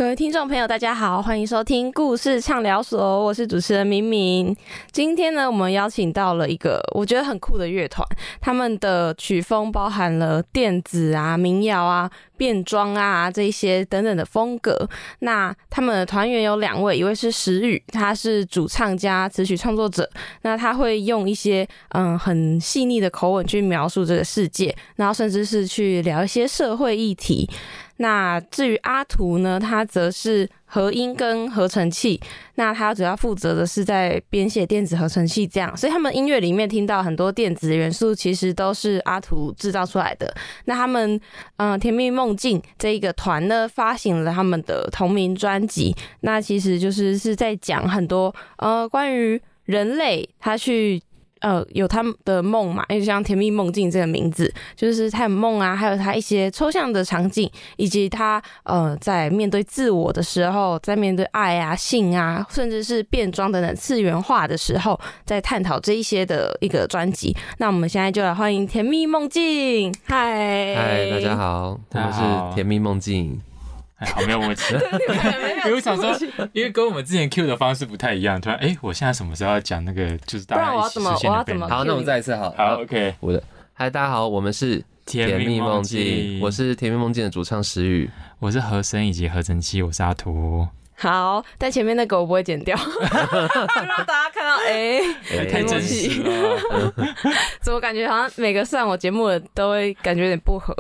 各位听众朋友大家好，欢迎收听故事畅聊所，我是主持人明明。今天呢，我们邀请到了一个我觉得很酷的乐团，他们的曲风包含了电子啊、民谣啊、变装啊这一些等等的风格。那他们的团员有2位，一位是石宇，他是主唱加词曲创作者，那他会用一些很细腻的口吻去描述这个世界，然后甚至是去聊一些社会议题。那至于阿图呢，他则是合音跟合成器，那他主要负责的是在编写电子合成器这样，所以他们音乐里面听到很多电子元素其实都是阿图制造出来的。那他们甜蜜梦境这一个团呢，发行了他们的同名专辑，那其实就是在讲很多关于人类他去有他们的梦嘛，因为像甜蜜梦境这个名字，就是他有梦啊，还有他一些抽象的场景，以及他在面对自我的时候，在面对爱啊、性啊，甚至是变装等等次元化的时候，在探讨这一些的一个专辑。那我们现在就来欢迎甜蜜梦境，嗨， 大家好，我们是甜蜜梦境。 好，没有默契。因为我想说，因为跟我们之前 Q 的方式不太一样，突然我现在什么时候要讲那个就是大家一起实现的背景？ 好，那我们再一次好 ，OK。 我的嗨，大家好，我们是甜蜜梦境，我是甜蜜梦境的主唱石宇， 我是和声以及合成器，我是阿图。 好，但前面那个我不会剪掉，让大家看到太真实了。 怎么感觉好像每个上我节目的都会感觉有点不合？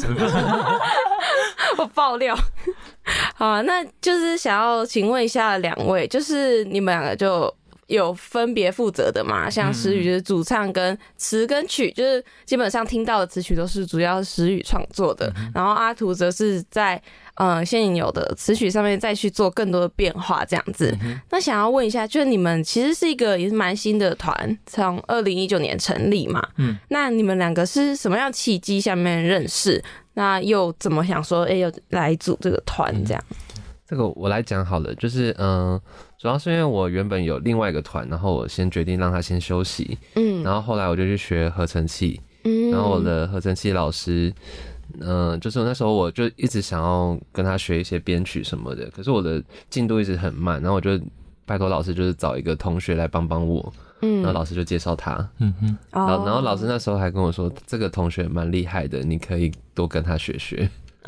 我爆料。好啊，那就是想要请问一下2位，就是你们2个就有分别负责的嘛？像石宇就是主唱跟词跟曲，就是基本上听到的词曲都是主要石宇创作的，然后阿图则是在现有的词曲上面再去做更多的变化这样子。那想要问一下，就是你们其实是一个也是蛮新的团，从2019年成立嘛，那你们2个是什么样契机下面认识？那又怎么想说要来组这个团这样？ 这个我来讲好了，就是主要是因为我原本有另外一个团，然后我先决定让他先休息，然后后来我就去学合成器，然后我的合成器老师就是那时候我就一直想要跟他学一些编曲什么的，可是我的进度一直很慢，然后我就拜托老师就是找一个同学来帮帮我，然后老师就介绍他，然后老师那时候还跟我说这个同学蛮厉害的，你可以多跟他学学。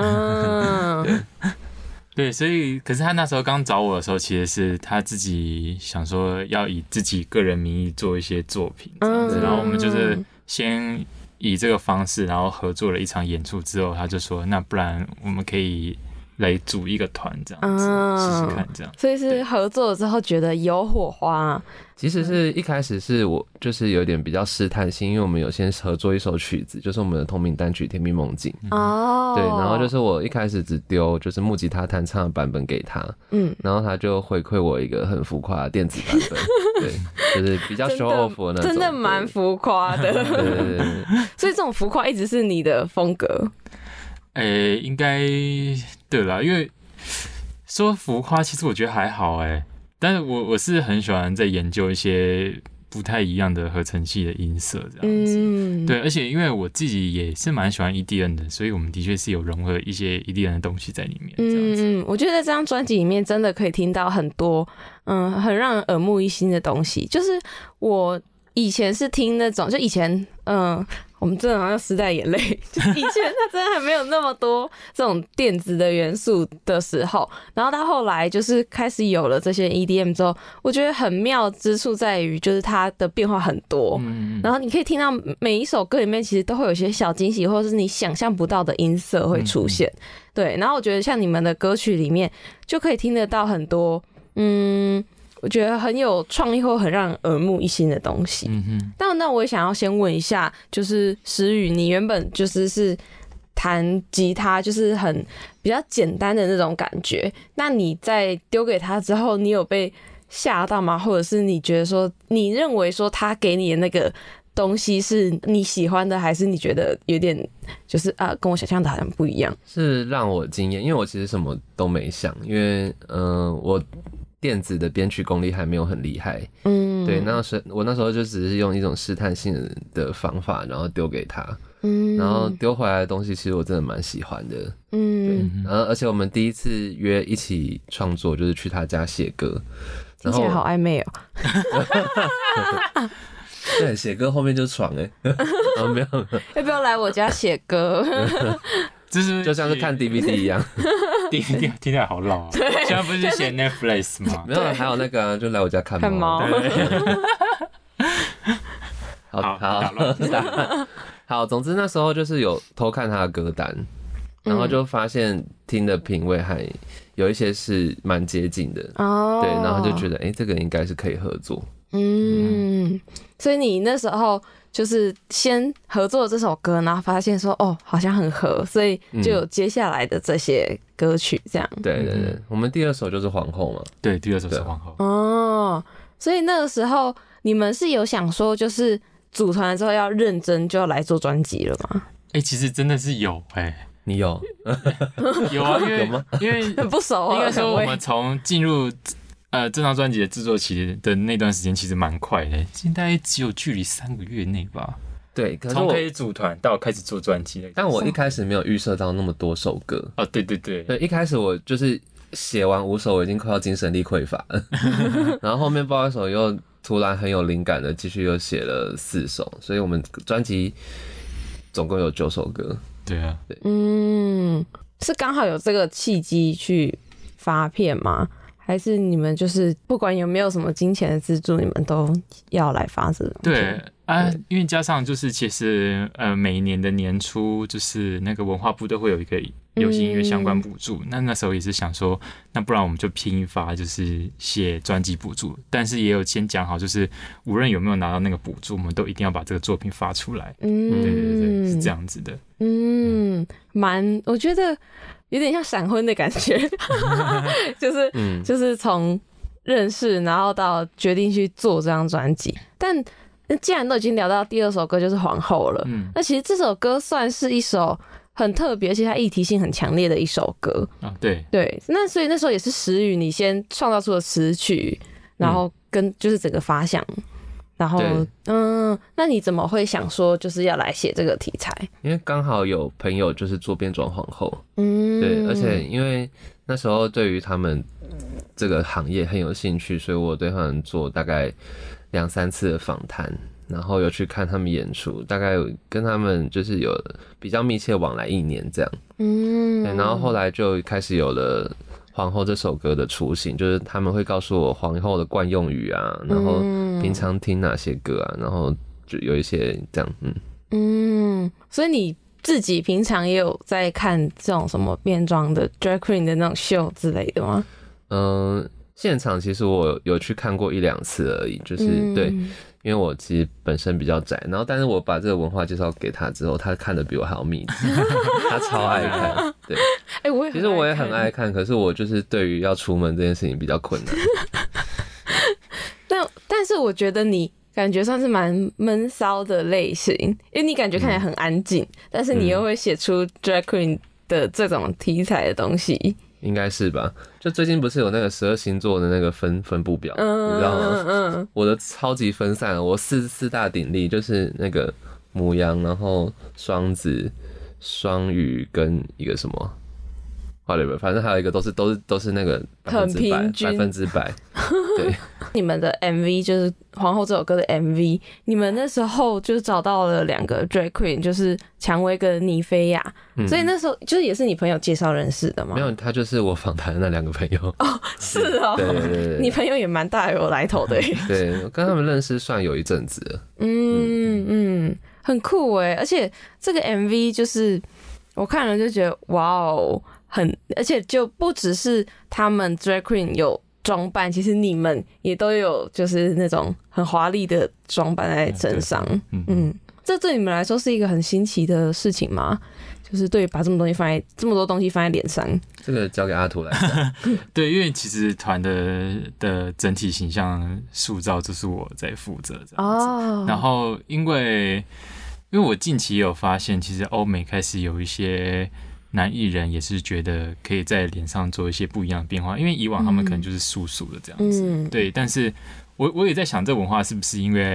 对，所以可是他那时候刚找我的时候，其实是他自己想说要以自己个人名义做一些作品这样子，然后我们就是先以这个方式，然后合作了一场演出之后，他就说那不然我们可以来组一个团这样子，试试看这样。 所以是合作之后觉得有火花。 其实是一开始是我就是有点比较试探性，因为我们有先合作一首曲子，就是我们的同名单曲《甜蜜梦境》。对，然后就是我一开始只丢就是木吉他弹唱的版本给他，然后他就回馈我一个很浮夸的电子版本，对，就是比较 show off 的那种， 真的蛮浮夸的。 对。 所以这种浮夸一直是你的风格。 应该对啦，因为说浮夸，其实我觉得还好但是我是很喜欢在研究一些不太一样的合成器的音色这样子，对，而且因为我自己也是蛮喜欢 EDM 的，所以我们的确是有融合一些 EDM 的东西在里面这样子。 我觉得在这张专辑里面真的可以听到很多很让人耳目一新的东西，就是我以前是听那种，就以前我们真的好像时代眼泪，就以前它真的还没有那么多这种电子的元素的时候，然后到后来就是开始有了这些 EDM 之后，我觉得很妙之处在于就是它的变化很多，然后你可以听到每一首歌里面其实都会有一些小惊喜，或者是你想象不到的音色会出现，对，然后我觉得像你们的歌曲里面就可以听得到很多我觉得很有创意或很让人耳目一新的东西。那我也想要先问一下，就是石宇，你原本是弹吉他，就是很比较简单的那种感觉。那你在丢给他之后，你有被吓到吗？或者是你觉得说，你认为说他给你的那个东西是你喜欢的，还是你觉得有点就是跟我想象的好像不一样？ 是让我惊艳，因为我其实什么都没想，因为我电子的编曲功力还没有很厉害，对，我那时候就只是用一种试探性的方法，然后丢给他， 然后丢回来的东西，其实我真的蛮喜欢的。对，然后而且我们第一次约一起创作，就是去他家写歌， 听起来好暧昧哦。 对，写歌后面就爽没有， 要不要来我家写歌？ 就是就像是看 DVD 一样。 DVD 听起来好老啊！现在不是写 Netflix 吗？ 没有，还有那个就来我家看猫。好，总之那时候就是有偷看他的歌单，然后就发现听的品味还有一些是蛮接近的对，然后就觉得这个应该是可以合作。 所以你那时候就是先合作这首歌，然后发现说好像很合，所以就有接下来的这些歌曲这样。 对，我们第二首就是皇后嘛。 对，第二首是皇后。 所以那个时候你们是有想说就是组团了之后要认真就要来做专辑了吗？ 其实真的是有你有有啊，因为很不熟啊。 应该说我们从进入这张专辑的制作期的那段时间其实蛮快的，现在大概只有距离3个月内吧。 对，可是从可以组团到开始做专辑的。 但我一开始没有预设到那么多首歌。 对， 一开始我就是写完5首，我已经快要精神力匮乏了，然后后面不知道一首又突然很有灵感的，继续又写了4首，所以我们专辑总共有9首歌。 对啊， 对， 是刚好有这个契机去发片吗？还是你们就是不管有没有什么金钱的资助，你们都要来发这个？ 对啊，因为加上就是其实每一年的年初，就是那个文化部都会有一个流行音乐相关补助，那时候也是想说，那不然我们就拼一发，就是写专辑补助，但是也有先讲好，就是无论有没有拿到那个补助，我们都一定要把这个作品发出来。对，是这样子的。 我觉得有点像闪婚的感觉，就是从认识然后到决定去做这张专辑，但既然都已经聊到第2首歌就是皇后了，那其实这首歌算是一首很特别，而且它议题性很强烈的一首歌对， 那所以那时候也是时雨你先创造出了词曲，然后跟就是整个发想，然后那你怎么会想说就是要来写这个题材？ 因为刚好有朋友就是做变装皇后，对，而且因为那时候对于他们这个行业很有兴趣，所以我对他们做大概2-3次的访谈，然后有去看他们演出，大概跟他们就是有比较密切往来1年这样。对，然后后来就开始有了皇后这首歌的雏形，就是他们会告诉我皇后的惯用语啊，然后平常听哪些歌啊，然后就有一些这样。 所以你自己平常也有在看这种什么变装的 drag queen 的那种秀之类的吗？ 现场其实我有去看过1-2次而已，就是对，因为我其实本身比较宅，然后但是我把这个文化介绍给他之后，他看的比我还要密集，他超爱看。对，其实我也很爱看，可是我就是对于要出门这件事情比较困难。 但是我觉得你感觉算是蛮闷骚的类型，因为你感觉看起来很安静，但是你又会写出 drag queen 的这种题材的东西。 应该是吧？就最近不是有那个12星座的那个分布表，你知道吗？我的超级分散，我四大鼎立就是那个牡羊，然后双子、双鱼跟一个什么，whatever，反正还有一个都是那个很平均 100%。对， 你们的 MV 就是皇后这首歌的 MV， 你们那时候就找到了2个 drag queen， 就是蔷薇跟妮菲亚，所以那时候就是也是你朋友介绍认识的吗？ 没有，他就是我访谈的那2个朋友。 是哦， 对， 你朋友也蛮大有来头的耶。 对，我跟他们认识算有一阵子了。 很酷耶，而且这个 MV 就是我看了就觉得哇哦，而且就不只是他们 drag queen 有装扮，其实你们也都有就是那种很华丽的装扮在身上。这对你们来说是一个很新奇的事情吗？就是对把这么多东西放在脸上， 这个交给阿图来讲。 对，因为其实团的整体形象塑造就是我在负责这样子。然后因为我近期有发现，其实欧美开始有一些男艺人也是觉得可以在脸上做一些不一样的变化，因为以往他们可能就是素素的这样子。对，但是我也在想，这文化是不是因为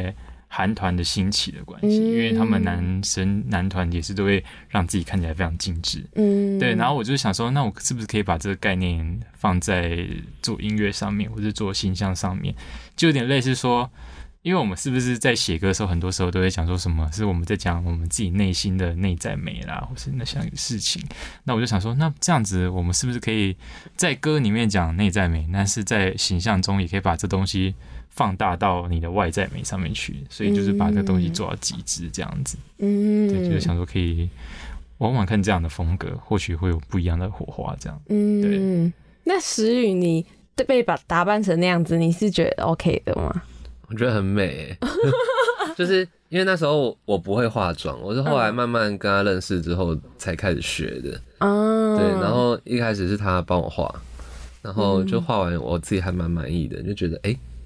韩团的兴起的关系，因为他们男团也是都会让自己看起来非常精致，对。然后我就想说，那我是不是可以把这个概念放在做音乐上面，或者做形象上面，就有点类似说，因为我们是不是在写歌的时候，很多时候都会讲说什么是我们在讲我们自己内心的内在美啦，或是那项事情。那我就想说，那这样子我们是不是可以在歌里面讲内在美，但是在形象中也可以把这东西放大到你的外在美上面去，所以就是把这个东西做到极致这样子。对，就是想说可以往往看这样的风格，或许会有不一样的火花这样。对。 那时雨你被打扮成那样子，你是觉得 OK 的吗？ 我觉得很美就是因为那时候我不会化妆，我是后来慢慢跟他认识之后才开始学的。对，然后一开始是他帮我画，然后就画完我自己还蛮满意的，就觉得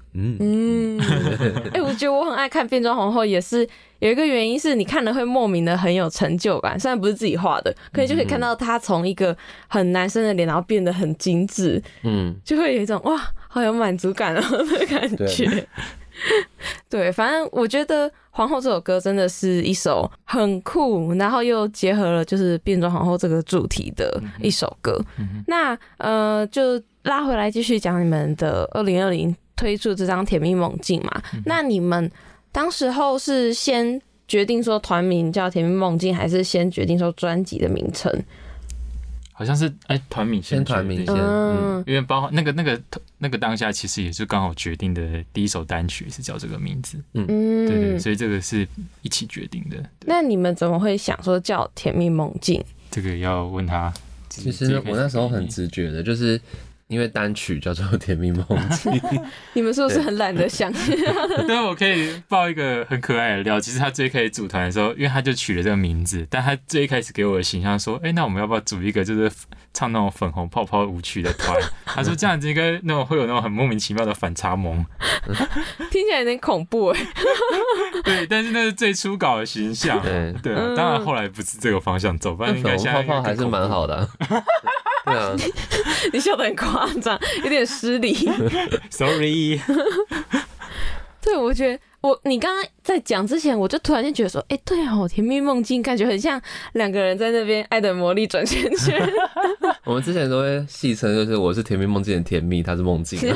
我觉得我很爱看变装皇后，也是有一个原因是你看了会莫名的很有成就感，虽然不是自己画的，可以就可以看到他从一个很男生的脸，然后变得很精致，就会有一种哇，好有满足感的感觉。对，反正我觉得《皇后》这首歌真的是一首很酷，然后又结合了就是变装皇后这个主题的一首歌。那就拉回来继续讲你们的2020推出这张《甜蜜梦境》嘛。那你们当时候是先决定说团名叫《甜蜜梦境》，还是先决定说专辑的名称？ 好像是团名先团名先， 因为包括那个当下其实也是刚好决定的第一首单曲是叫这个名字，对，所以这个是一起决定的。 那你们怎么会想说叫《甜蜜梦境》？ 这个要问他。 其实我那时候很直觉的，就是因为单曲叫做《甜蜜梦境》 你们是不是很懒得想？ 对，我可以爆一个很可爱的料。其实他最开始组团的时候，因为他就取了这个名字，但他最一开始给我的形象说，那我们要不要组一个就是唱那种粉红泡泡舞曲的团？他说这样子应该那种会有那种很莫名其妙的反差萌， 听起来有点恐怖对，但是那是最初稿的形象。对啊，当然后来不是这个方向走，不然应该现在粉红泡泡还是蛮好的。对啊， 你笑得很夸张，有点失礼。 Sorry。 对，我觉得你刚刚在讲之前，我就突然间觉得说，对哦，甜蜜梦境感觉很像两个人在那边爱的魔力转圈圈。 我们之前都会戏称，就是我是甜蜜梦境的甜蜜，他是梦境。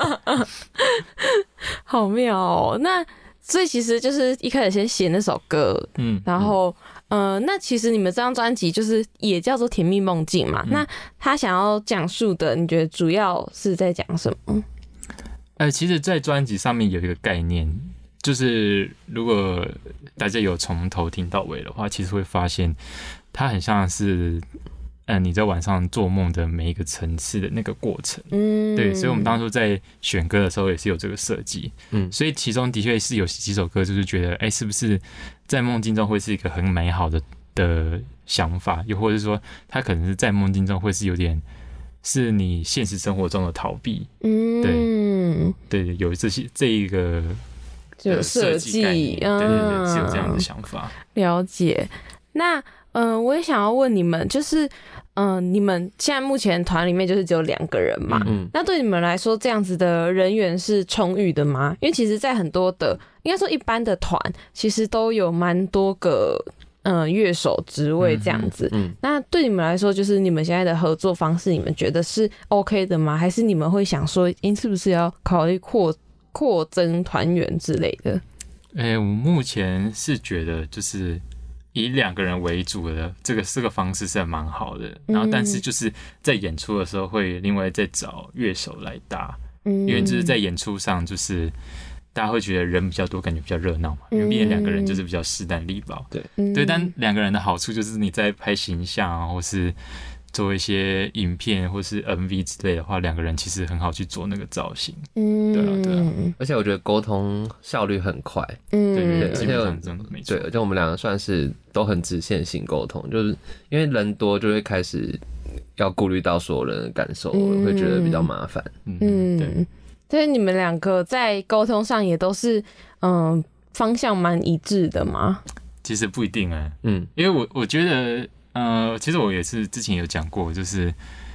好妙哦！那所以其实就是一开始先写那首歌，然后那其实你们这张专辑就是也叫做《甜蜜梦境》嘛。那他想要讲述的，你觉得主要是在讲什么？ 其实，在专辑上面有一个概念，就是如果大家有从头听到尾的话，其实会发现它很像是你在晚上做梦的每一个层次的那个过程。对，所以我们当初在选歌的时候也是有这个设计。所以其中的确是有几首歌，就是觉得是不是在梦境中会是一个很美好的想法，又或者是说它可能是在梦境中会是有点是你现实生活中的逃避。对，有这一个就设计概念， 对，是有这样的想法。 了解。那我也想要问你们，就是你们现在目前团里面就是只有2个人嘛？那对你们来说，这样子的人员是充裕的吗？因为其实，在很多的应该说一般的团，其实都有蛮多个乐手职位这样子。那对你们来说，就是你们现在的合作方式，你们觉得是 OK 的吗？还是你们会想说，是不是要考虑扩增团员之类的？ 我目前是觉得就是以2个人为主的这个方式是蛮好的。然后但是就是在演出的时候会另外再找乐手来搭，因为就是在演出上就是大家会觉得人比较多，感觉比较热闹嘛。因为毕竟2个人就是比较势单力薄。对，但2个人的好处就是你在拍形象啊，或是做一些影片或是 MV 之类的话，2个人其实很好去做那个造型。对啊。 而且我觉得沟通效率很快。 对，基本上真的没错。 对，而且我们2个算是都很直线性沟通，就是因为人多就会开始要顾虑到所有人的感受，会觉得比较麻烦。 对。所以你们2个在沟通上也都是方向蛮一致的吗？ 其实不一定因为我觉得其实我也是之前有讲过，就是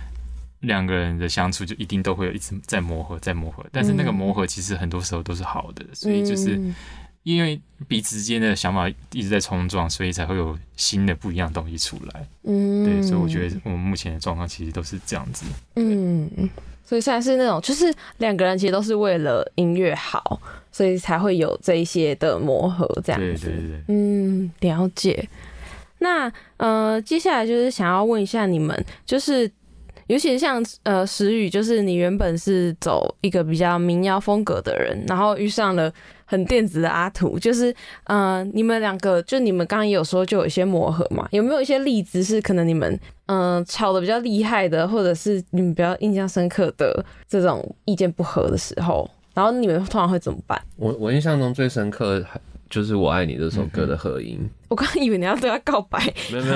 2个人的相处就一定都会有一直在磨合，但是那个磨合其实很多时候都是好的，所以就是因为彼此之间的想法一直在冲撞，所以才会有新的不一样的东西出来。对，所以我觉得我们目前的状况其实都是这样子。 所以算是那种，就是2个人其实都是为了音乐好，所以才会有这一些的磨合，这样子。对，了解。那接下来就是想要问一下你们，就是尤其是像时雨，就是你原本是走一个比较民谣风格的人，然后遇上了很电子的阿土，就是你们2个，就你们刚刚也有说就有一些磨合嘛，有没有一些例子是可能你们吵得比较厉害的，或者是你们比较印象深刻的这种意见不合的时候，然后你们通常会怎么办？ 我印象中最深刻就是《我爱你》这首歌的合音。 我刚以为你要对他告白， 没有。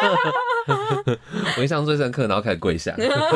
我印象最深刻，然后开始跪下。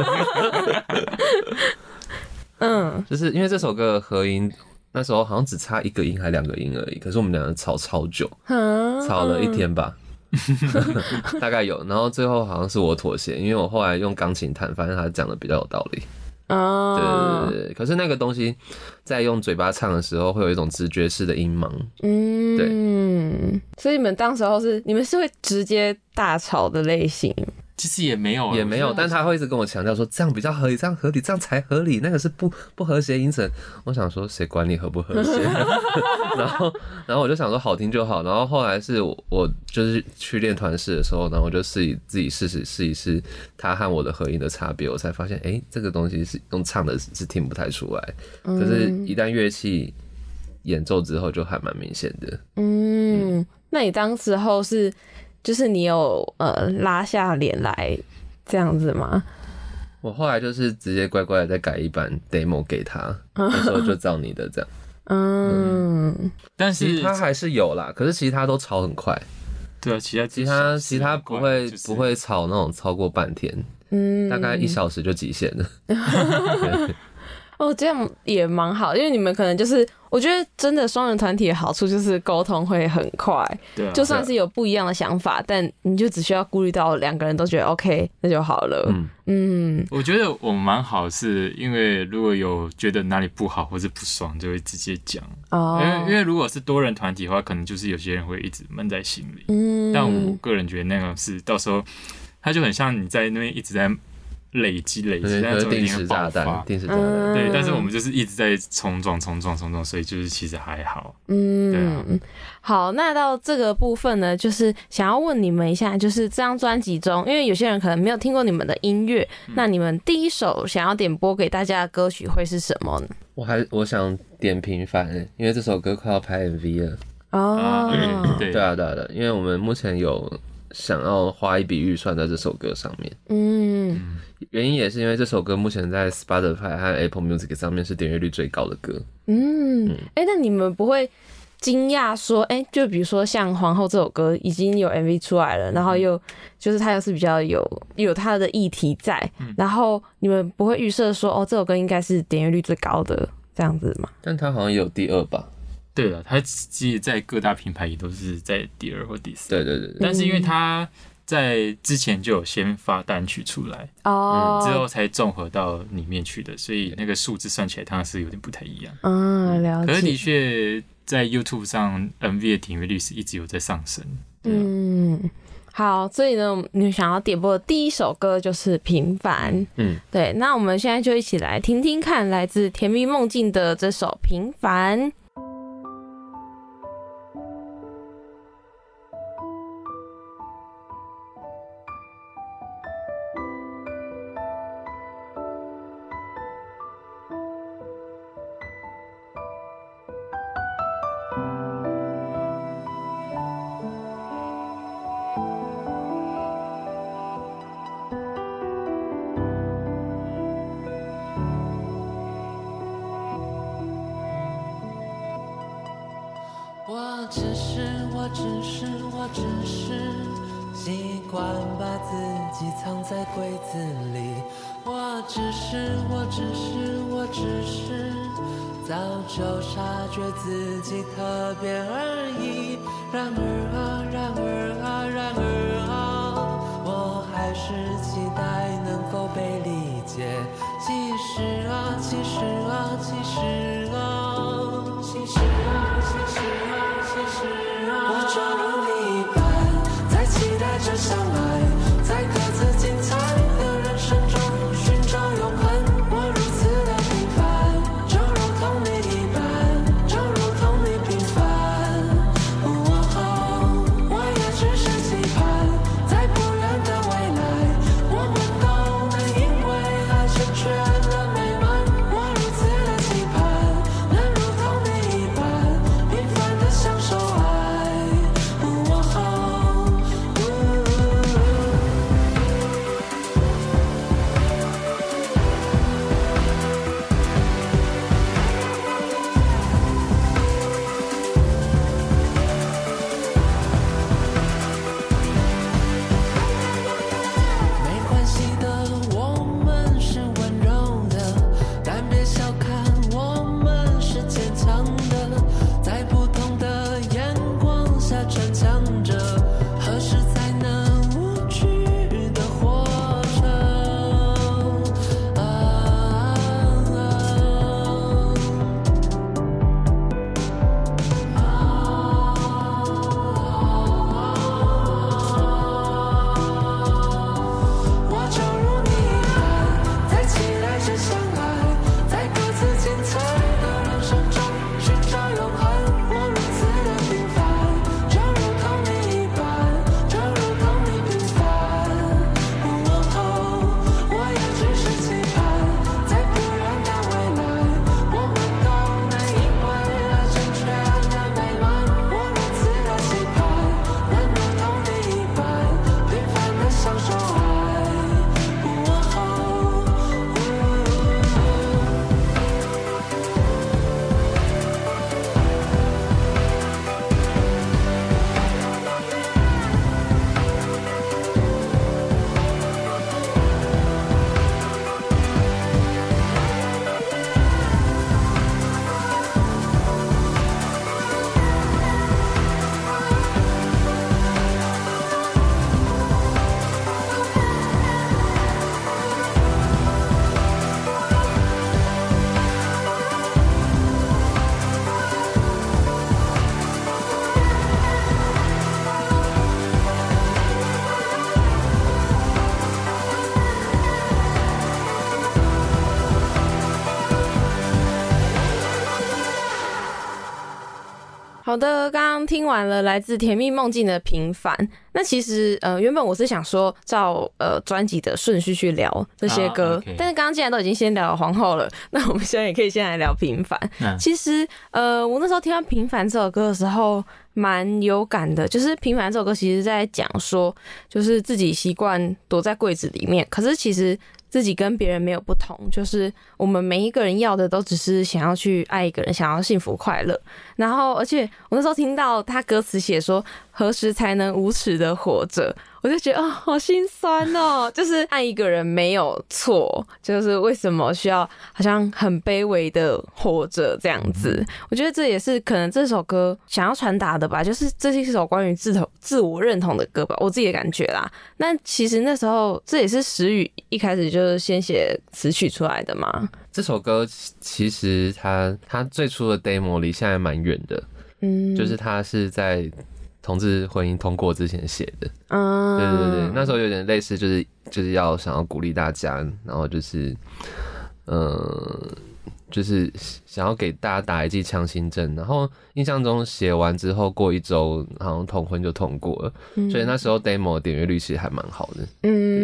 就是因为这首歌的合音，那时候好像只差1个音还2个音而已，可是我们2个吵超久，吵了1天吧。大概有，然后最后好像是我妥协，因为我后来用钢琴弹，发现他讲的比较有道理。对，可是那个东西在用嘴巴唱的时候，会有一种直觉式的音盲。对， 所以你们当时候你们是会直接大吵的类型？ 其实也没有， 但他会一直跟我强调说这样比较合理，这样合理，这样才合理，那个是不和谐音程。我想说谁管你合不和谐？然后我就想说好听就好。然后后来是我就是去练团式的时候，然后我就自己试一试他和我的合音的差别，我才发现这个东西是用唱的是听不太出来，可是一旦乐器演奏之后就还蛮明显的。 那你当时候就是你有拉下脸来这样子吗？ 我后来就是直接乖乖的再改一版 demo 给他，那时候就照你的这样。 但是其他还是有啦，可是其他都吵很快。 对啊， 其他不会吵那种超过半天，大概1小时就极限了。 这样也蛮好，因为你们可能就是我觉得真的双人团体的好处就是沟通会很快， 对啊， 就算是有不一样的想法，但你就只需要顾虑到2个人都觉得 OK， 那就好了。 我觉得我蛮好，是因为如果有觉得哪里不好或是不爽，就会直接讲。因为如果是多人团体的话，可能就是有些人会一直闷在心里。但我个人觉得那个是到时候他就很像你在那边一直在累积，但是定时炸弹， 对，但是我们就是一直在冲撞，所以就是其实还好。对啊。 好，那到这个部分呢，就是想要问你们一下，就是这张专辑中，因为有些人可能没有听过你们的音乐，那你们第一首想要点播给大家的歌曲会是什么呢？ 我想点平凡，因为这首歌快要拍 MV 了。对啊，因为我们目前有想要花一笔预算在这首歌上面。原因也是因为这首歌目前在 Spotify 和 Apple Music 上面是点阅率最高的歌。那你们不会惊讶说，就比如说像皇后这首歌已经有 MV 出来了，然后就是它又是比较有它的议题在，然后你们不会预设说，这首歌应该是点阅率最高的这样子吗？但它好像也有第2吧。 对了，它其实在各大品牌也都是在第2或第3。 对。 但是因为它在之前就有先发单曲出来，之后才综合到里面去的，所以那个数字算起来当然是有点不太一样。 了解。 可是的确在 YouTube 上 MV 的点阅率是一直有在上升。 好，所以呢，你想要点播的第一首歌就是《平凡》。对，那我们现在就一起来听听看来自甜蜜梦境的这首《平凡》。 我只是习惯把自己藏在柜子里。我只是早就察觉自己特别而已。然而我还是期待能够被理解。其实啊。 好的，刚刚听完了来自甜蜜梦境的平凡。那其实原本我是想说照专辑的顺序去聊这些歌，但是刚刚既然都已经先聊了皇后了，那我们现在也可以先来聊平凡。其实我那时候听到平凡这首歌的时候蛮有感的，就是平凡这首歌其实在讲说，就是自己习惯躲在柜子里面，可是其实自己跟别人没有不同，就是我们每一个人要的都只是想要去爱一个人，想要幸福快乐。然后而且我那时候听到他歌词写说何时才能无耻的活着，我就觉得好心酸哦，就是爱一个人没有错，就是为什么需要好像很卑微的活着这样子。我觉得这也是可能这首歌想要传达的吧，就是这是一首关于自我认同的歌吧，我自己的感觉啦。那其实那时候这也是时雨一开始就是先写词曲出来的嘛。 这首歌其实它最初的 demo 离现在蛮远的，就是它是在同志婚姻通过之前写的，对，那时候有点类似，就是要想要鼓励大家，然后就是想要给大家打一剂强心针，然后印象中写完之后过1周，好像同婚就通过了，所以那时候 demo 的点阅率其实还蛮好的。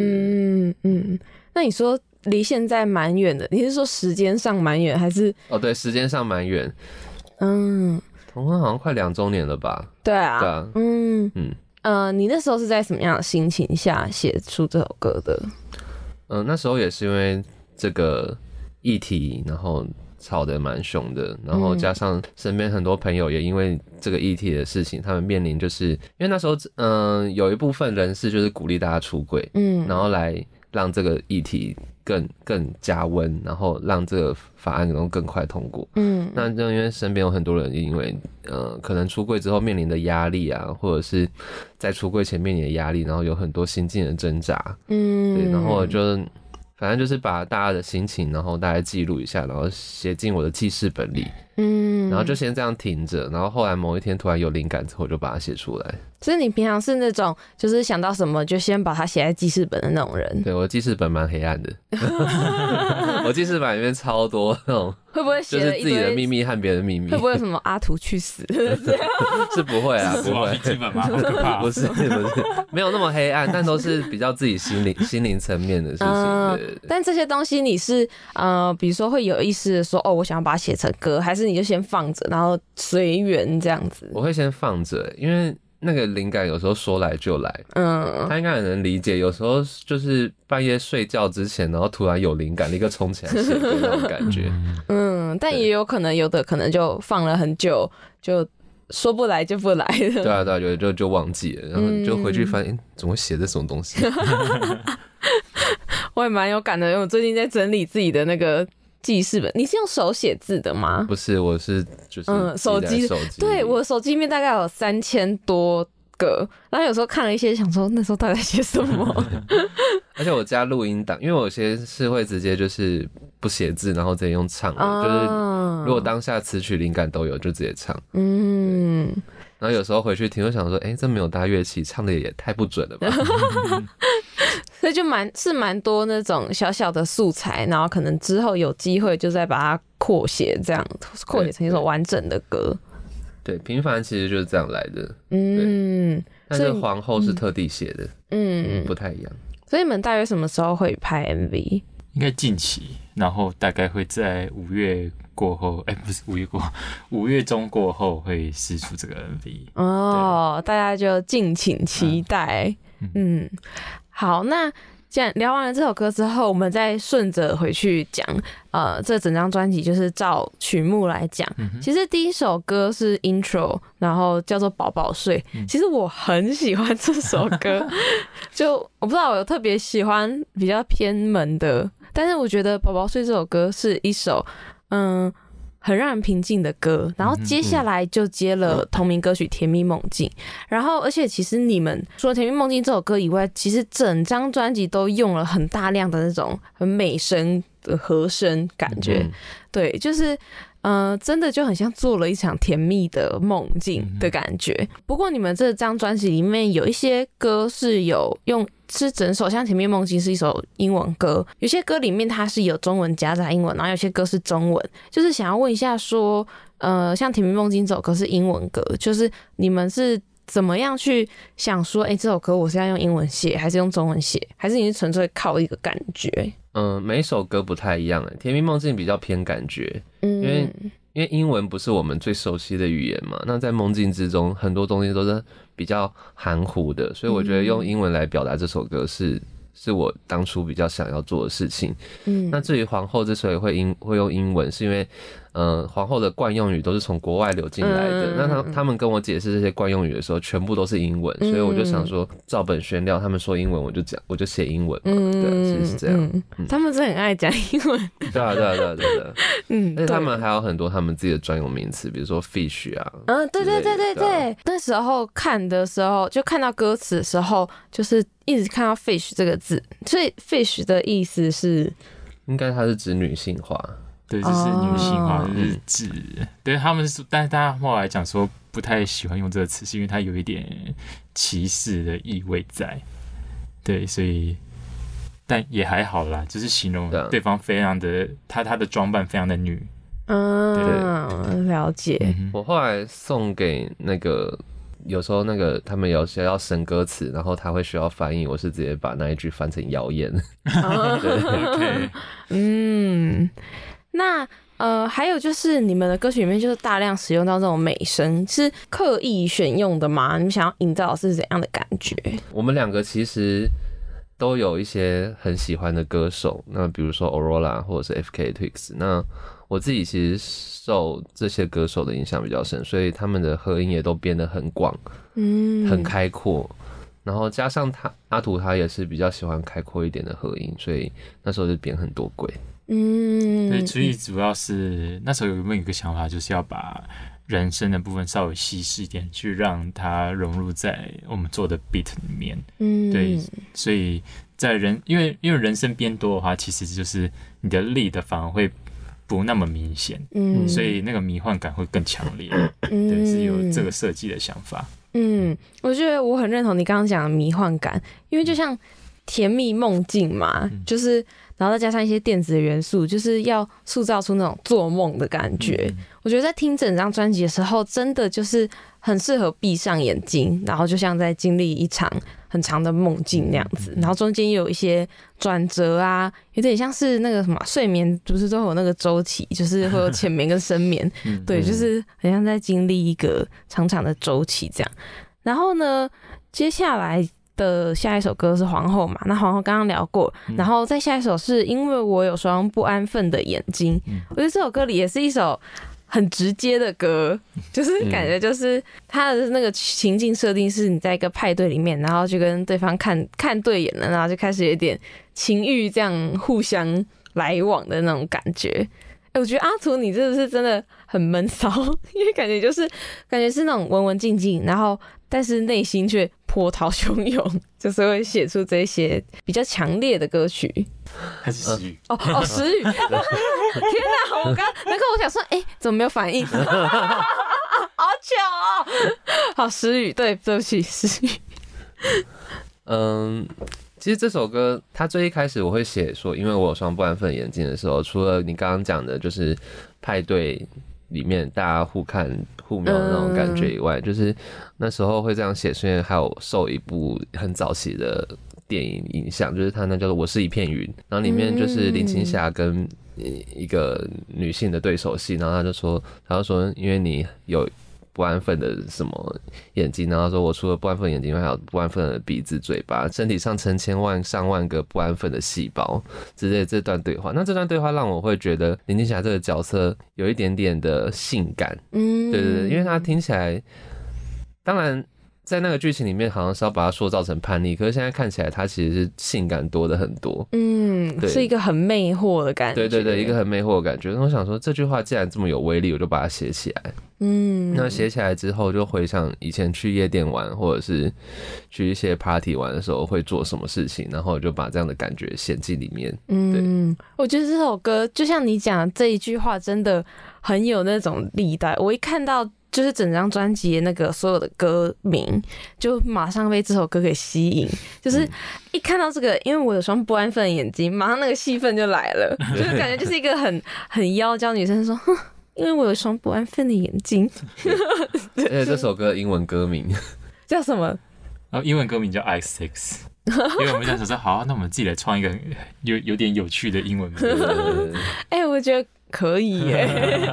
那你说离现在蛮远的，你是说时间上蛮远还是？ 哦，对，时间上蛮远。同婚好像快2周年了吧？ 对啊，你那时候是在什么样的心情下写出这首歌的？ 那时候也是因为这个议题，然后吵得蛮凶的，然后加上身边很多朋友也因为这个议题的事情，他们面临就是因为那时候有一部分人士就是鼓励大家出柜，然后来让这个议题更加温，然后让这个法案能够更快通过。那就因为身边有很多人因为可能出柜之后面临的压力啊，或者是在出柜前面临的压力，然后有很多心境的挣扎。对，然后我就反正就是把大家的心情，然后大概记录一下，然后写进我的记事本里。然后就先这样停着，然后后来某一天突然有灵感之后，我就把它写出来。 所以你平常是那种就是想到什么就先把它写在记事本的那种人？ 对，我的记事本蛮黑暗的，我记事本里面超多那种， 会不会写了一堆就是自己的秘密和别人的秘密？ 会不会有什么阿图去死？ 是不会啊，不会。 记本吗？好可怕！ 不是，没有那么黑暗，但都是比较自己心灵层面的事情。对， 但这些东西你是比如说会有意识的说，我想要把它写成歌，还是你就先放着，然后随缘这样子？ 我会先放着，因为那个灵感有时候说来就来，他应该很能理解。有时候就是半夜睡觉之前，然后突然有灵感，立刻冲起来写歌那种感觉。 但也有可能有的可能就放了很久，就说不来就不来了。 对啊，就忘记了，然后就回去发现，怎么写这什么东西？ 我也蛮有感的，因为我最近在整理自己的那个记事本。你是用手写字的吗？ 不是，我是就是手机。对，我的手机里面大概有3000多个，然后有时候看了一些，想说那时候到底在写什么。 而且我加录音档，因为我有些是会直接就是不写字，然后直接用唱的，就是如果当下词曲灵感都有，就直接唱。然后有时候回去听，就想说，这没有搭乐器，唱的也太不准了吧。 所以就蛮多那种小小的素材，然后可能之后有机会就再把它扩写，这样扩写成一首完整的歌。 对，平凡其实就是这样来的。但是皇后是特地写的，不太一样。 所以你们大约什么时候会拍 MV？ 应该近期，然后大概会在5月过后，不是5月过，5月中过后会释出这个 MV。 大家就敬请期待。好，那既然聊完了这首歌之后，我们再顺着回去讲，这整张专辑就是照曲目来讲。其实第一首歌是 Intro， 然后叫做《宝宝睡》。其实我很喜欢这首歌，就我不知道我有特别喜欢比较偏门的，但是我觉得《宝宝睡》这首歌是一首很让人平静的歌，然后接下来就接了同名歌曲《甜蜜梦境》，然后而且其实你们除了《甜蜜梦境》这首歌以外，其实整张专辑都用了很大量的那种很美声的和声感觉，对，就是真的就很像做了一场甜蜜的梦境的感觉。不过你们这张专辑里面有一些歌是有是整首像《甜蜜梦境》是一首英文歌，有些歌里面它是有中文夹杂英文，然后有些歌是中文。就是想要问一下说，像《甜蜜梦境》这首歌是英文歌，就是你们是怎么样去想说，这首歌我是要用英文写，还是用中文写，还是你是纯粹靠一个感觉？ 每一首歌不太一样《甜蜜梦境》比较偏感觉，因为英文不是我们最熟悉的语言嘛，那在梦境之中很多东西都是比较含糊的，所以我觉得用英文来表达这首歌是我当初比较想要做的事情。那至于皇后之所以会用英文，是因为皇后的惯用语都是从国外流进来的，那他们跟我解释这些惯用语的时候，全部都是英文，所以我就想说照本宣料，他们说英文我就写英文嘛，对，其实是这样。 他们是很爱讲英文， 对啊，而且他们还有很多他们自己的专有名词，比如说 fish 啊， 对，那时候看的时候就看到歌词的时候，就是一直看到 fish 这个字，所以 fish 的意思是， 应该它是指女性化。 对，就是女性化，就是指对他们是，但是大家后来讲说不太喜欢用这个词，是因为它有一点歧视的意味在。对，所以但也还好啦，就是形容对方非常的他的装扮非常的女。 了解。 我后来送给那个。有时候那个他们有些要审歌词，然后他会需要翻译，我是直接把那一句翻成谣言。 OK， 那还有就是你们的歌曲里面就是大量使用到这种美声，是刻意选用的吗？你们想要营造的是怎样的感觉？ 我们两个其实都有一些很喜欢的歌手，那比如说 Aurora 或者是 FKA Twigs， 那我自己其实受这些歌手的影响比较深，所以他们的和音也都编得很广，很开阔。然后加上阿图他也是比较喜欢开阔一点的和音，所以那时候就编很多轨。 对，所以主要是那时候有没有一个想法，就是要把人声的部分稍微稀释一点，去让它融入在我们做的 beat 里面。对，所以在因为人声编多的话，其实就是你的lead反而会不那么明显，所以那个迷幻感会更强烈。对，是有这个设计的想法。 我觉得我很认同你刚刚讲的迷幻感，因为就像甜蜜梦境嘛，就是然后再加上一些电子的元素，就是要塑造出那种做梦的感觉。我觉得在听整张专辑的时候，真的就是很适合闭上眼睛，然后就像在经历一场很长的梦境那样子，然后中间又有一些转折啊，有点像是那个什么睡眠不是都有那个周期，就是会有浅眠跟深眠，对，就是很像在经历一个长长的周期这样。然后呢，接下来的下一首歌是皇后嘛，那皇后刚刚聊过，然后再下一首是因为我有双不安分的眼睛，我觉得这首歌里也是一首很直接的歌，就是感觉就是它的那个情境设定是你在一个派对里面，然后就跟对方看对眼了，然后就开始有点情欲这样互相来往的那种感觉。我觉得阿图你这是真的很闷骚，因为感觉是那种文文静静，然后但是内心却波涛汹涌，就是会写出这些比较强烈的歌曲。 还是时雨时雨！天哪，我想说，怎么没有反应？好巧哦！好，时雨，对不起，时雨。 其实这首歌它最一开始我会写说，因为我有双不安分眼睛的时候，除了你刚刚讲的就是派对里面大家互看互瞄的那种感觉以外，就是那时候会这样写，是因为还有受一部很早期的电影影响，就是它那叫做《我是一片云》，然后里面就是林青霞跟一个女性的对手戏，然后他就说因为你有不安分的什么眼睛，然后说我除了不安分的眼睛，还有不安分的鼻子、嘴巴，身体上成千万上万个不安分的细胞之类的这段对话。那这段对话让我会觉得林青霞这个角色有一点点的性感，对，因为她听起来，当然在那个剧情里面好像是要把他塑造成叛逆，可是现在看起来他其实是性感多的很多， 是一个很魅惑的感觉， 对，一个很魅惑的感觉。我想说这句话既然这么有威力，我就把它写起来。那写起来之后，就回想以前去夜店玩，或者是去一些 party 玩的时候会做什么事情，然后我就把这样的感觉写进里面。对， 我觉得这首歌就像你讲的这一句话，真的很有那种力道。我一看到就是整张专辑的那个所有的歌名，就马上被这首歌给吸引。就是一看到这个，因为我有双不安分的眼睛，马上那个戏份就来了，就是感觉就是一个很妖娇女生说，哼，因为我有双不安分的眼睛。 而且这首歌的英文歌名叫什么？ 英文歌名叫 I6。因为我们想说，好，那我们自己来创一个有点有趣的英文歌。 我觉得可以耶。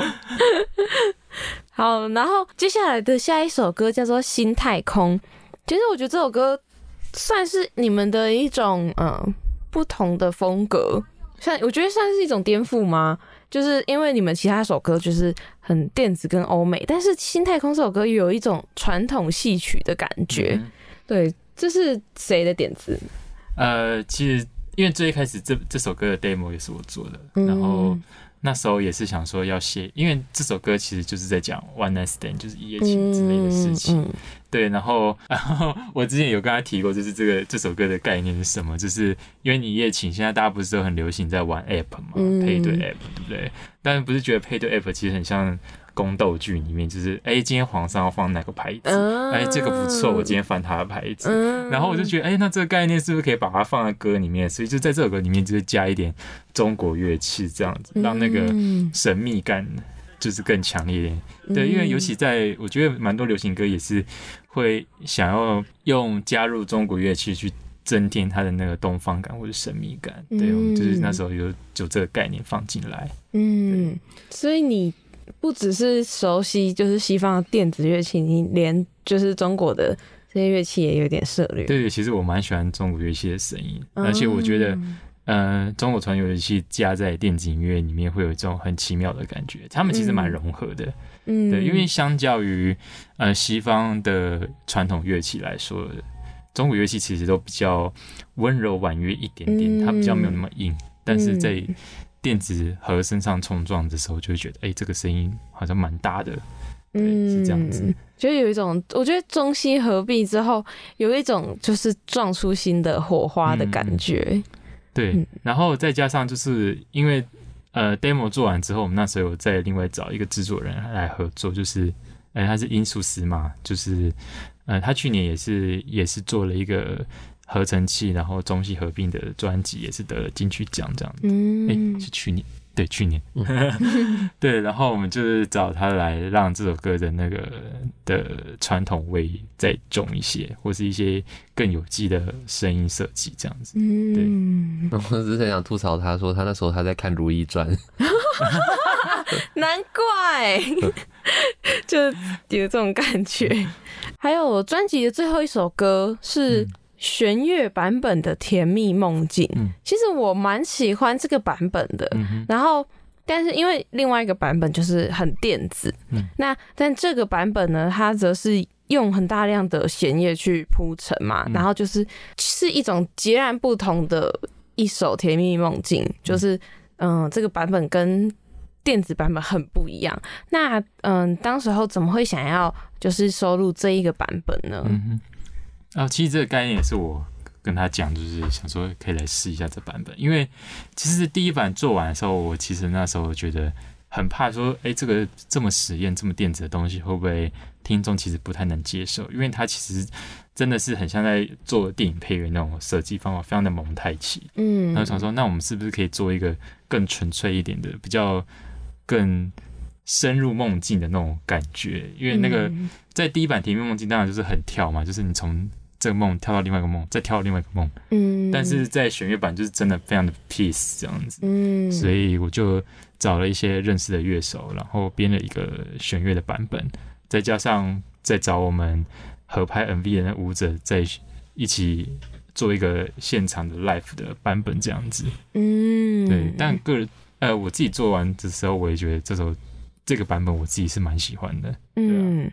好，然后接下来的下一首歌叫做《新太空》。其实我觉得这首歌算是你们的一种不同的风格，我觉得算是一种颠覆吗？就是因为你们其他首歌就是很电子跟欧美，但是《新太空》这首歌有一种传统戏曲的感觉。对，这是谁的点子？ 其实因为最一开始这首歌的 demo 也是我做的，然后那时候也是想说要写，因为这首歌其实就是在讲 one night stand， 就是一夜情之类的事情。对，然后我之前有跟他提过，就是这首歌的概念是什么？就是因为你一夜情，现在大家不是都很流行在玩 app 嘛，配对 app， 对不对？但是不是觉得配对 app 其实很像宫斗剧里面，就是今天皇上要放哪个牌子，这个不错，我今天翻他的牌子，然后我就觉得那这个概念是不是可以把它放在歌里面？所以就在这首歌里面就是加一点中国乐器这样子，让那个神秘感就是更强烈一点。对，因为尤其在我觉得蛮多流行歌也是会想要用加入中国乐器去增添它的那个东方感或者神秘感。对，我们就是那时候有这个概念放进来。 所以你不只是熟悉就是西方的电子乐器，你连就是中国的这些乐器也有点涉猎。 对，其实我蛮喜欢中国乐器的声音，而且我觉得中国传统乐器加在电子音乐里面会有一种很奇妙的感觉，他们其实蛮融合的。对，因为相较于西方的传统乐器来说，中国乐器其实都比较温柔婉约一点点，它比较没有那么硬，但是在电子和声上冲撞的时候，就会觉得这个声音好像蛮搭的。对，是这样子。 就有一种，我觉得中西合璧之后，有一种就是撞出新的火花的感觉。 对，然后再加上就是因为demo 做完之后，我们那时候有再另外找一个制作人来合作，就是他是音速斯嘛，就是他去年也是做了一个合成器，然后中西合并的专辑，也是得了金曲奖这样子。是去年。对，去年对，然后我们就是找他来让这首歌的那个的传统味再重一些，或是一些更有机的声音设计这样子。对， 我之前想吐槽他说，他那时候他在看《如懿传》， 难怪就有这种感觉。还有专辑的最后一首歌是弦乐版本的《甜蜜梦境》，其实我蛮喜欢这个版本的。然后，但是因为另外一个版本就是很电子，但这个版本呢，它则是用很大量的弦乐去铺陈嘛，然后是一种截然不同的一首《甜蜜梦境》，就是这个版本跟电子版本很不一样。那当时候怎么会想要就是收录这一个版本呢？ 其实这个概念也是我跟他讲，就是想说可以来试一下这版本，因为其实第一版做完的时候，我其实那时候觉得很怕说，这个这么实验、这么电子的东西，会不会听众其实不太能接受？因为它其实真的是很像在做电影配乐那种设计方法，非常的蒙太奇。然后想说，那我们是不是可以做一个更纯粹一点的，比较更深入梦境的那种感觉？因为那个在第一版《甜蜜梦境》当然就是很跳嘛，就是你从这个梦跳到另外一个梦，再跳到另外一个梦。但是在弦乐版就是真的非常的 peace 这样子。所以我就找了一些认识的乐手，然后编了一个弦乐的版本，再加上再找我们合拍 MV 的那舞者，再一起做一个现场的 live 的版本这样子。对，但我自己做完的时候，我也觉得这个版本我自己是蛮喜欢的。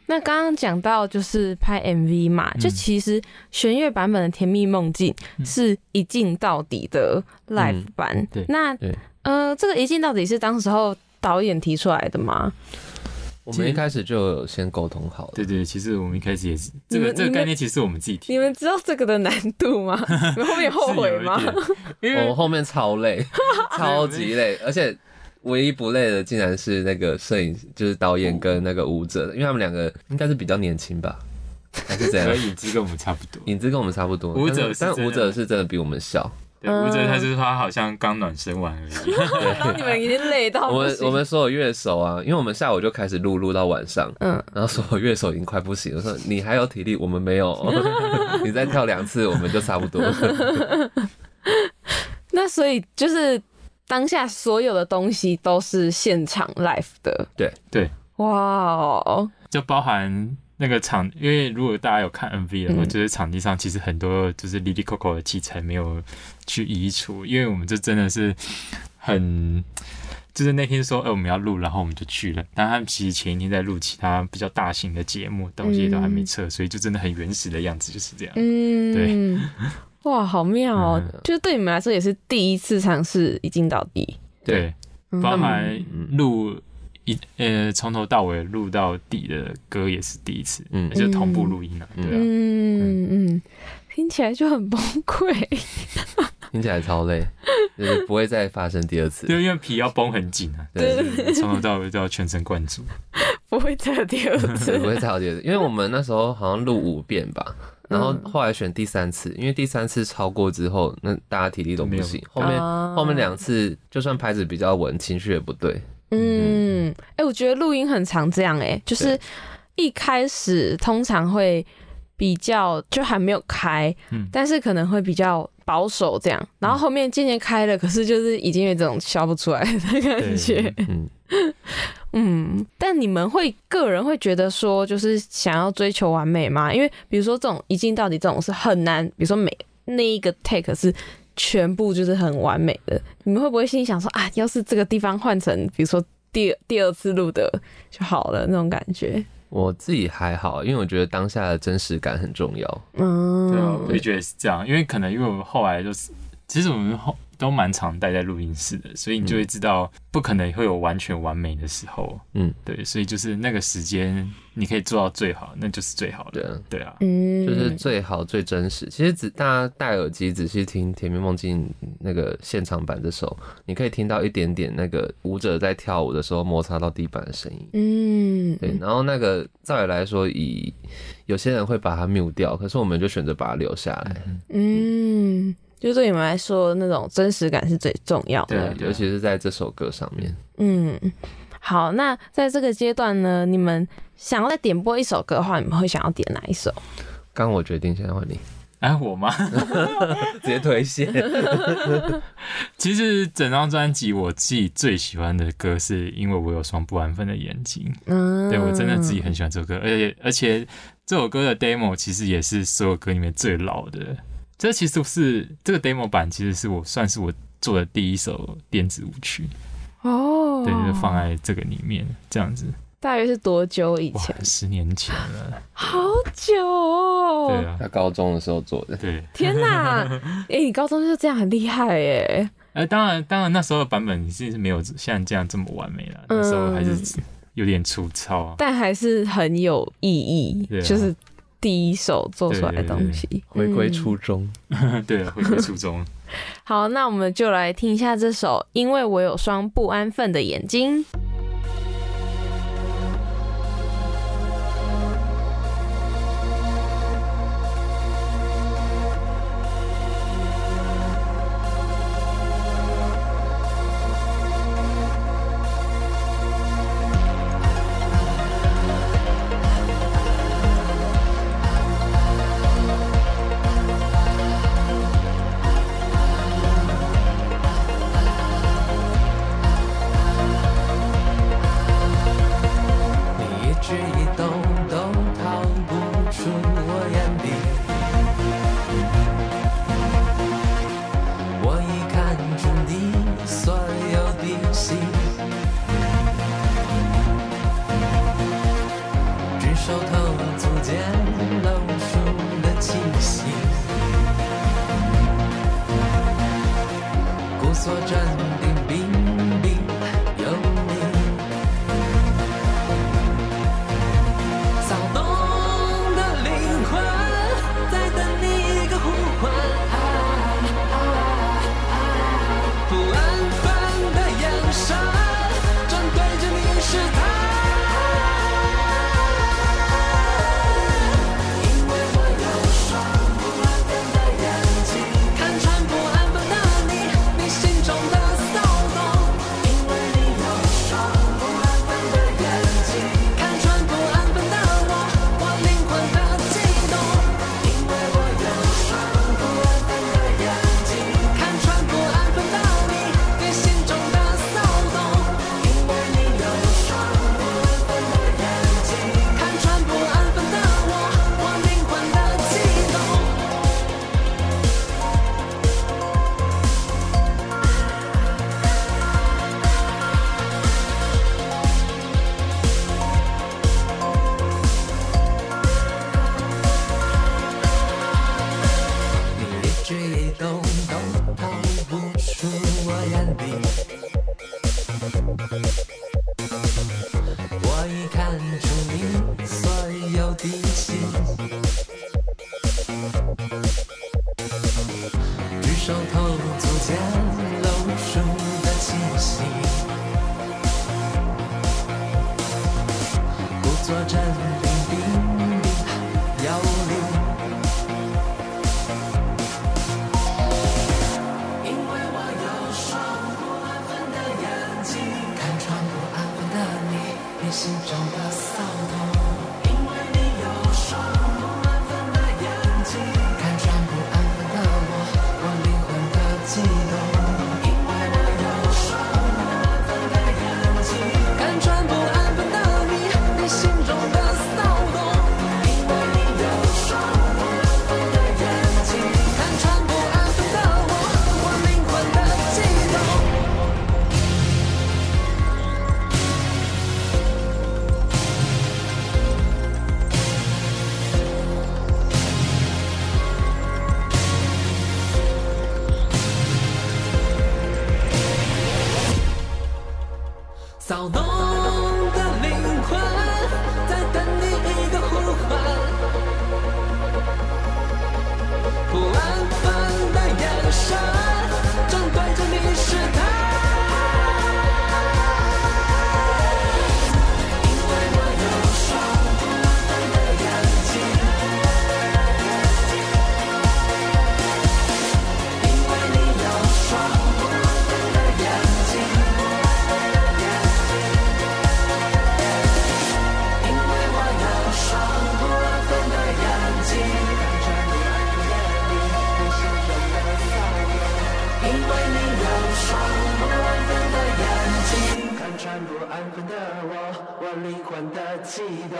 那刚刚讲到就是拍 MV 嘛，就其实弦乐版本的《甜蜜梦境》是一镜到底的 live 版。那这个一镜到底是当时候导演提出来的吗？ 我们一开始就有先沟通好了。 对，其实我们一开始也是这个概念，其实是我们自己提的。 你们知道这个的难度吗？你们后面后悔吗？ 我后面超累，超级累，而且唯一不累的竟然是那个摄影，就是导演跟那个舞者，因为他们两个应该是比较年轻吧，还是怎样？ 影子跟我们差不多， 影子跟我们差不多，但舞者是真的比我们小。 舞者他就是他好像刚暖身完而已， 然后你们已经累到不行。 我们所有乐手啊，因为我们下午就开始录到晚上，然后所有乐手已经快不行了，说你还有体力，我们没有，你再跳2次我们就差不多了。 那所以就是当下所有的东西都是现场 live 的， 对， 哇哦， 就包含。那个场，因为如果大家有看 MV 的话，就是场地上其实很多就是哩哩扣扣的器材没有去移除，因为我们就真的是就是那天说我们要录，然后我们就去了，但他们其实前一天在录其他比较大型的节目，东西都还没撤，所以就真的很原始的样子就是这样。对， 哇，好妙哦！就是对你们来说也是第一次尝试一镜到底， 对，包含录。从头到尾录到底的歌也是第一次，就同步录音了，对啊， 听起来就很崩溃， 听起来超累，就是不会再发生第2次， 对，因为皮要绷很紧啊，对，从头到尾都要全神贯注， 不会再有第2次， 不会再有第2次，因为我们那时候好像录5遍吧。然后后来选第3次，因为第3次超过之后，那大家体力都不行。后面2次，就算拍子比较稳，情绪也不对。 我觉得录音很常这样就是一开始通常会比较就还没有开，但是可能会比较保守这样，然后后面渐渐开了，可是就是已经有这种笑不出来的感觉。但你们个人会觉得说，就是想要追求完美吗？因为比如说这种一镜到底这种是很难，比如说那一个 take 是全部就是很完美的，你们会不会心里想说啊，要是这个地方换成比如说第2次录的就好了那种感觉？ 我自己还好，因为我觉得当下的真实感很重要。 对啊，我也觉得是这样，因为我们后来就是，其实我们都蛮常待在录音室的，所以你就会知道不可能会有完全完美的时候。对，所以就是那个时间你可以做到最好，那就是最好的。对啊， 就是最好最真实。其实大家戴耳机仔细听《甜蜜梦境》那个现场版这首，你可以听到一点点那个舞者在跳舞的时候摩擦到地板的声音。对，然后那个照理来说，有些人会把它 mute 掉，可是我们就选择把它留下来。 就对你们来说，那种真实感是最重要的， 对，尤其是在这首歌上面。 好，那在这个阶段呢，你们想要再点播一首歌的话，你们会想要点哪一首？ 刚我决定，现在换你。 我吗？ 直接推卸。 其实整张专辑我自己最喜欢的歌是因为我有双不安分的眼睛。对，我真的自己很喜欢这首歌，而且这首歌的 demo 其实也是所有歌里面最老的。这其实是这个 demo 版，其实是算是我做的第一首电子舞曲。对，就放在这个里面，这样子。 大约是多久以前 ？10年前了， 好久哦。 对啊， 他高中的时候做的。 对， 天哪！你高中就这样很厉害耶。 当然那时候的版本是没有像这样这么完美了，那时候还是有点粗糙， 但还是很有意义，就是第一首做出来的东西， 回归初衷。 对，回归初衷。 好，那我们就来听一下这首《因为我有双不安分的眼睛》。 我已看出你所有底细，举手投足间露出的气息，故作镇定彬彬有礼，因为我有双不安分的眼睛，看穿不安分的你心中的骚动。因为你有双不安分的眼睛，看穿不安分的我灵魂的悸动。因为我有双不安分的眼睛，看穿不安分的你心中的骚动。因为你有双不安分的眼睛，看穿不安分的我灵魂的悸动。骚动的灵魂在等你一个呼唤，不安分的眼神正对着你试探。因为我有双不安分的眼睛，因为你有双不安分的眼睛。因为我有双不安分的眼睛，看穿不安分的你心中的骚动。因为你有双不安分的眼睛，看穿不安分的我灵魂的悸动。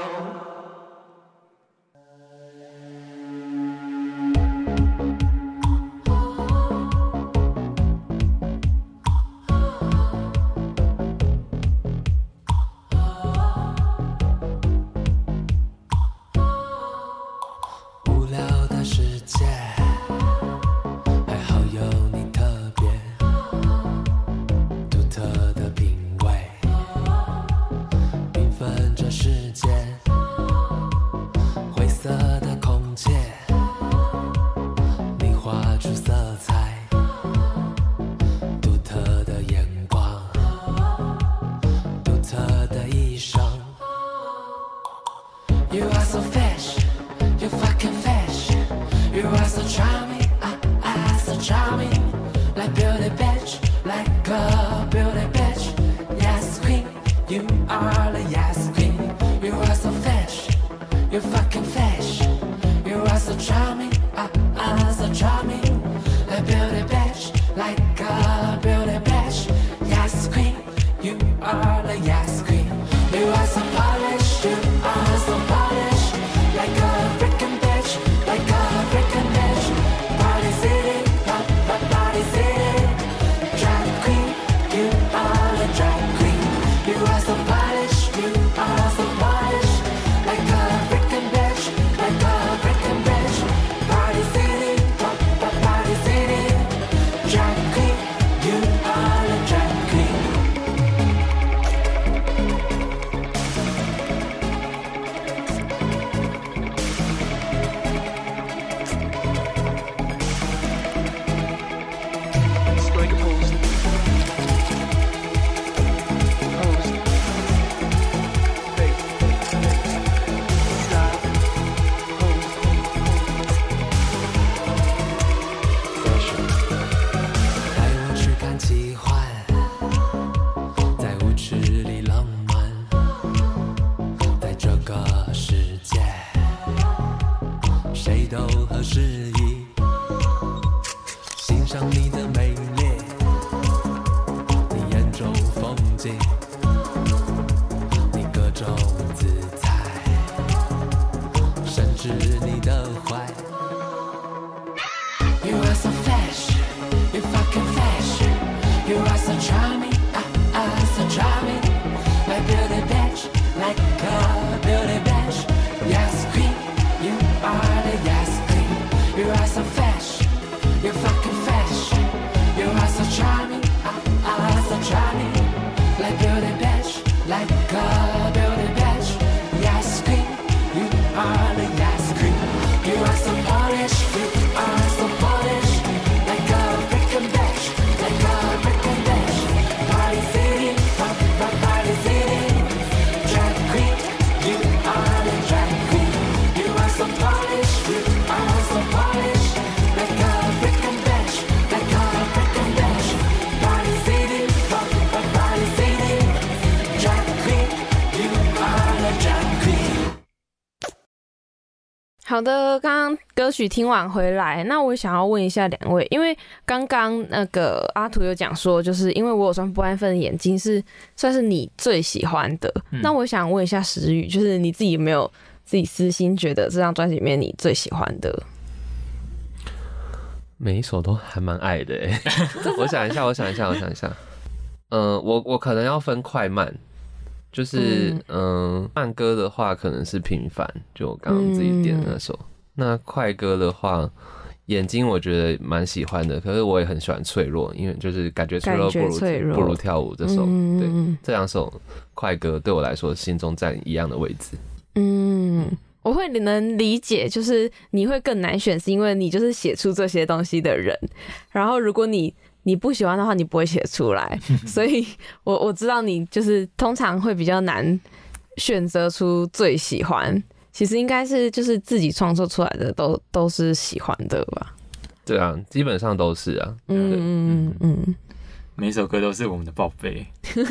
无聊的世界，还好有你特别独特的品味，缤纷这世界，灰色的空间，你画出色彩，独特的眼光，独特的衣裳。You are so fresh, you fucking fresh. You are so charming, so charming. Like beauty bitch, like a beauty bitch. Yes queen, you are the yes queen. You are so fresh, you fucking fresh. You are so charming, so charming. Like beauty bitch, like a beauty bitch. Yes queen, you are the yes queen. You are so polished, you are so polished. Like a freaking bitch, like a freaking bitch. Party city, party city. Drag queen, you are the drag queen. You are so polished, you are so polished. Like a freaking bitch, like a freaking bitch. Party city, party city. Drag queen, you are the drag queen. 好的，刚刚歌曲听完回来，那我想要问一下两位，因为刚刚那个阿图有讲说，就是因为我有双不安分的眼睛是算是你最喜欢的，那我想问一下时雨，就是你自己有没有自己私心觉得这张专辑里面你最喜欢的？ 每一首都还蛮爱的欸我想一下，我可能要分快慢。就是慢歌的话可能是平凡，就我刚刚自己点的那首。那快歌的话，眼睛我觉得蛮喜欢的，可是我也很喜欢脆弱，因为就是感觉脆弱不如跳舞这首。对，这两首快歌对我来说心中占一样的位置。 我会能理解，就是你会更难选，是因为你就是写出这些东西的人，然后如果你不喜欢的话，你不会写出来，所以我知道你就是通常会比较难选择出最喜欢。其实应该是就是自己创作出来的都是喜欢的吧？ 对啊，基本上都是啊。 每一首歌都是我们的宝贝。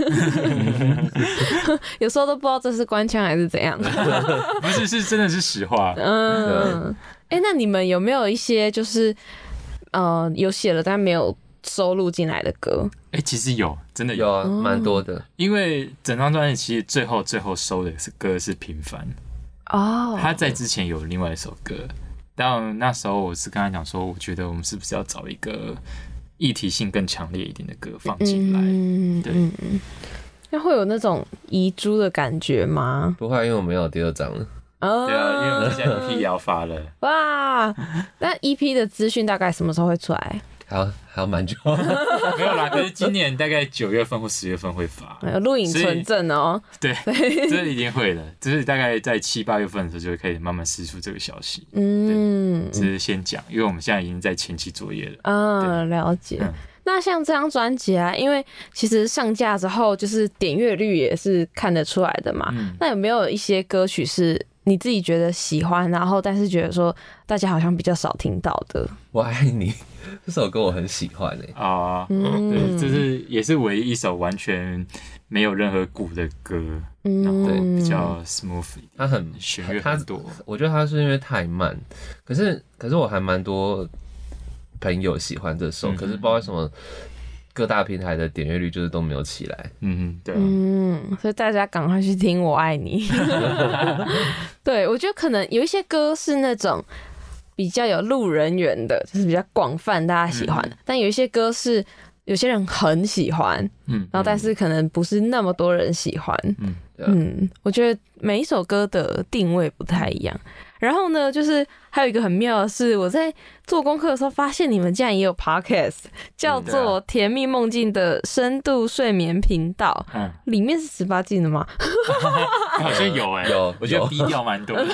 有时候都不知道这是官腔还是怎样。 不是，是真的是实话。 那你们有没有一些就是有写了但没有收录进来的歌？ 其实有，真的有啊，蛮多的。 因为整张专辑其实最后收的歌是平凡哦，他在之前有另外一首歌，但那时候我是跟他讲说，我觉得我们是不是要找一个议题性更强烈一点的歌放进来？对， 那会有那种遗珠的感觉吗？ 不会，因为我们有第二张了。 对啊，因为我们现在 EP 也要发了。 哇，那 EP 的资讯大概什么时候会出来？ 还要蛮久。 没有啦，可是今年大概9月份或10月份会发。 有录影存证哦。 对，这一定会的。就是大概在7、8月份的时候，就会开始慢慢释出这个消息。只是先讲，因为我们现在已经在前期作业了。 了解。那像这张专辑啊，因为其实上架之后，就是点阅率也是看得出来的嘛。那有没有一些歌曲是你自己觉得喜欢，然后但是觉得说大家好像比较少听到的？ 我爱你这首歌我很喜欢对，这是也是唯一一首完全没有任何鼓的歌，然后比较 smooth， 它很旋律很多。 我觉得它是因为太慢，可是我还蛮多朋友喜欢这首，可是不知道为什么各大平台的点阅率就是都没有起来。 对啊。 所以大家赶快去听《我爱你》。对，我觉得可能有一些歌是那种比较有路人缘的，就是比较广泛大家喜欢的，但有一些歌是有些人很喜欢，然后但是可能不是那么多人喜欢。我觉得每一首歌的定位不太一样。然后呢，就是还有一个很妙的是，我在做功课的时候发现你们竟然也有 podcast， 叫做《甜蜜梦境的深度睡眠频道》，里面是18禁的吗？ 好像有有， 我觉得逼调蛮多的。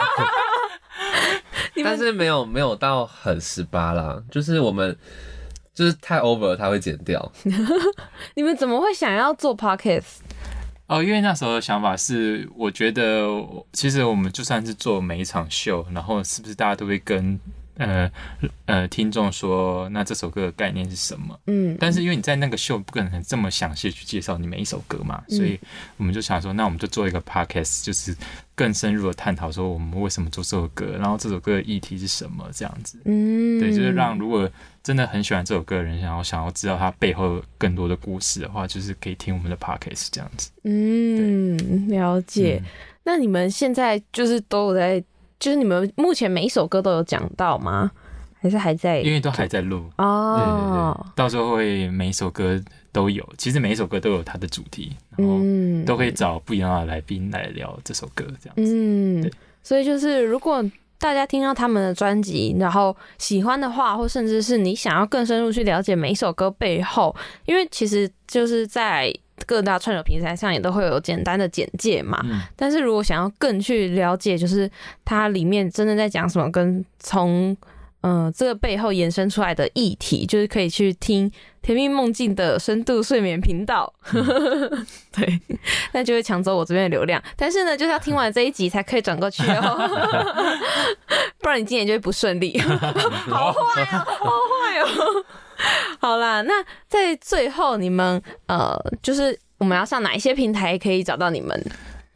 但是没有到很18啦，就是我们就是太 over 它会剪掉。 你们怎么会想要做 podcast？ 因为那时候的想法是，我觉得其实我们就算是做每一场秀，然后是不是大家都会跟听众说，那这首歌的概念是什么？但是因为你在那个秀不可能这么详细去介绍你每一首歌嘛，所以我们就想说，那我们就做一个 podcast， 就是更深入的探讨说我们为什么做这首歌，然后这首歌的议题是什么，这样子。对，就是让如果真的很喜欢这首歌的人，想要知道它背后更多的故事的话，就是可以听我们的 podcast 这样子。 了解。那你们现在就是都有在，就是你们目前每一首歌都有讲到吗？还是还在？ 因为都还在录哦。 对，到时候会每一首歌都有，其实每一首歌都有它的主题，然后都可以找不一样的来宾来聊这首歌这样子。对， 所以就是如果大家听到他们的专辑，然后喜欢的话，或甚至是你想要更深入去了解每一首歌背后，因为其实就是在各大串流平台上也都会有简单的简介嘛。但是如果想要更去了解，就是它里面真的在讲什么，跟从这个背后延伸出来的议题，就是可以去听甜蜜梦境的深度睡眠频道。对，那就会抢走我这边的流量。但是呢，就是要听完这一集才可以转过去哦，不然你今年就会不顺利。好坏哦，好坏哦。好啦，那在最后你们就是我们要上哪一些平台可以找到你们？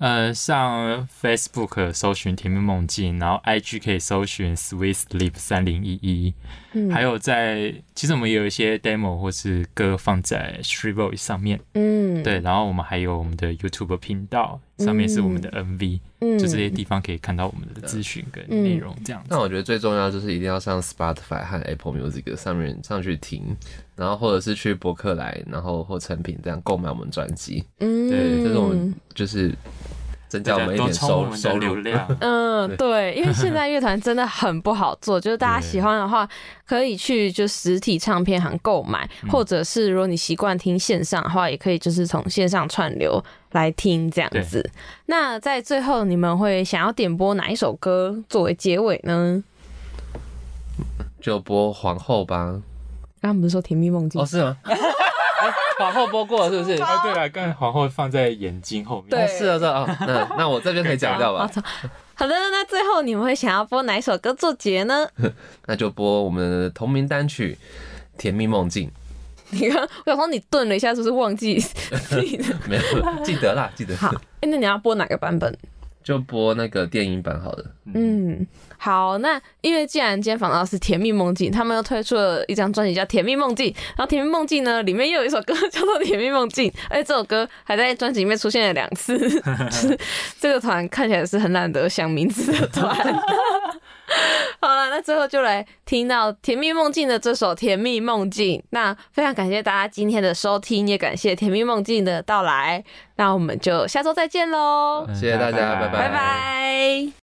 上 Facebook 搜寻甜蜜梦境，然后 IG 可以搜寻 Sweet Sleep 3011，还有其实我们也有一些 demo 或是歌放在 Street Voice 上面，对，然后我们还有我们的 YouTube 频道，上面是我们的 MV，就这些地方可以看到我们的资讯跟内容这样子。 那我觉得最重要就是一定要上 Spotify 和 Apple Music 上去听，然后或者是去博客来，然后或成品这样购买我们专辑，对，这是我们就是增加我们一点收入流量。 对，因为现在乐团真的很不好做，就是大家喜欢的话，可以去就实体唱片行购买，或者是如果你习惯听线上的话，也可以就是从线上串流来听这样子。那在最后，你们会想要点播哪一首歌作为结尾呢？ 就播皇后吧。 刚刚不是说甜蜜梦境？ 哦，是吗？皇后播过了是不是？ 对了，刚才皇后放在眼睛后面。 对， 是啊，那我这边可以讲掉吧。 好的，那最后你们会想要播哪一首歌做结呢？ 那就播我们的同名单曲《甜蜜梦境》。 你看，我想说你顿了一下，是不是忘记？ 没有，记得啦，记得。 好，那你要播哪个版本？ 就播那个电影版好了。 好，那因为既然今天访到的是甜蜜梦境，他们又推出了一张专辑叫《甜蜜梦境》，然后《甜蜜梦境》呢里面又有一首歌叫做《甜蜜梦境》，而且这首歌还在专辑里面出现了2次，就是这个团看起来是很懒得想名字的团。好了，那最后就来听到《甜蜜梦境》的这首《甜蜜梦境》。那非常感谢大家今天的收听，也感谢《甜蜜梦境》的到来。那我们就下周再见喽！ 谢谢大家，拜拜。 拜拜。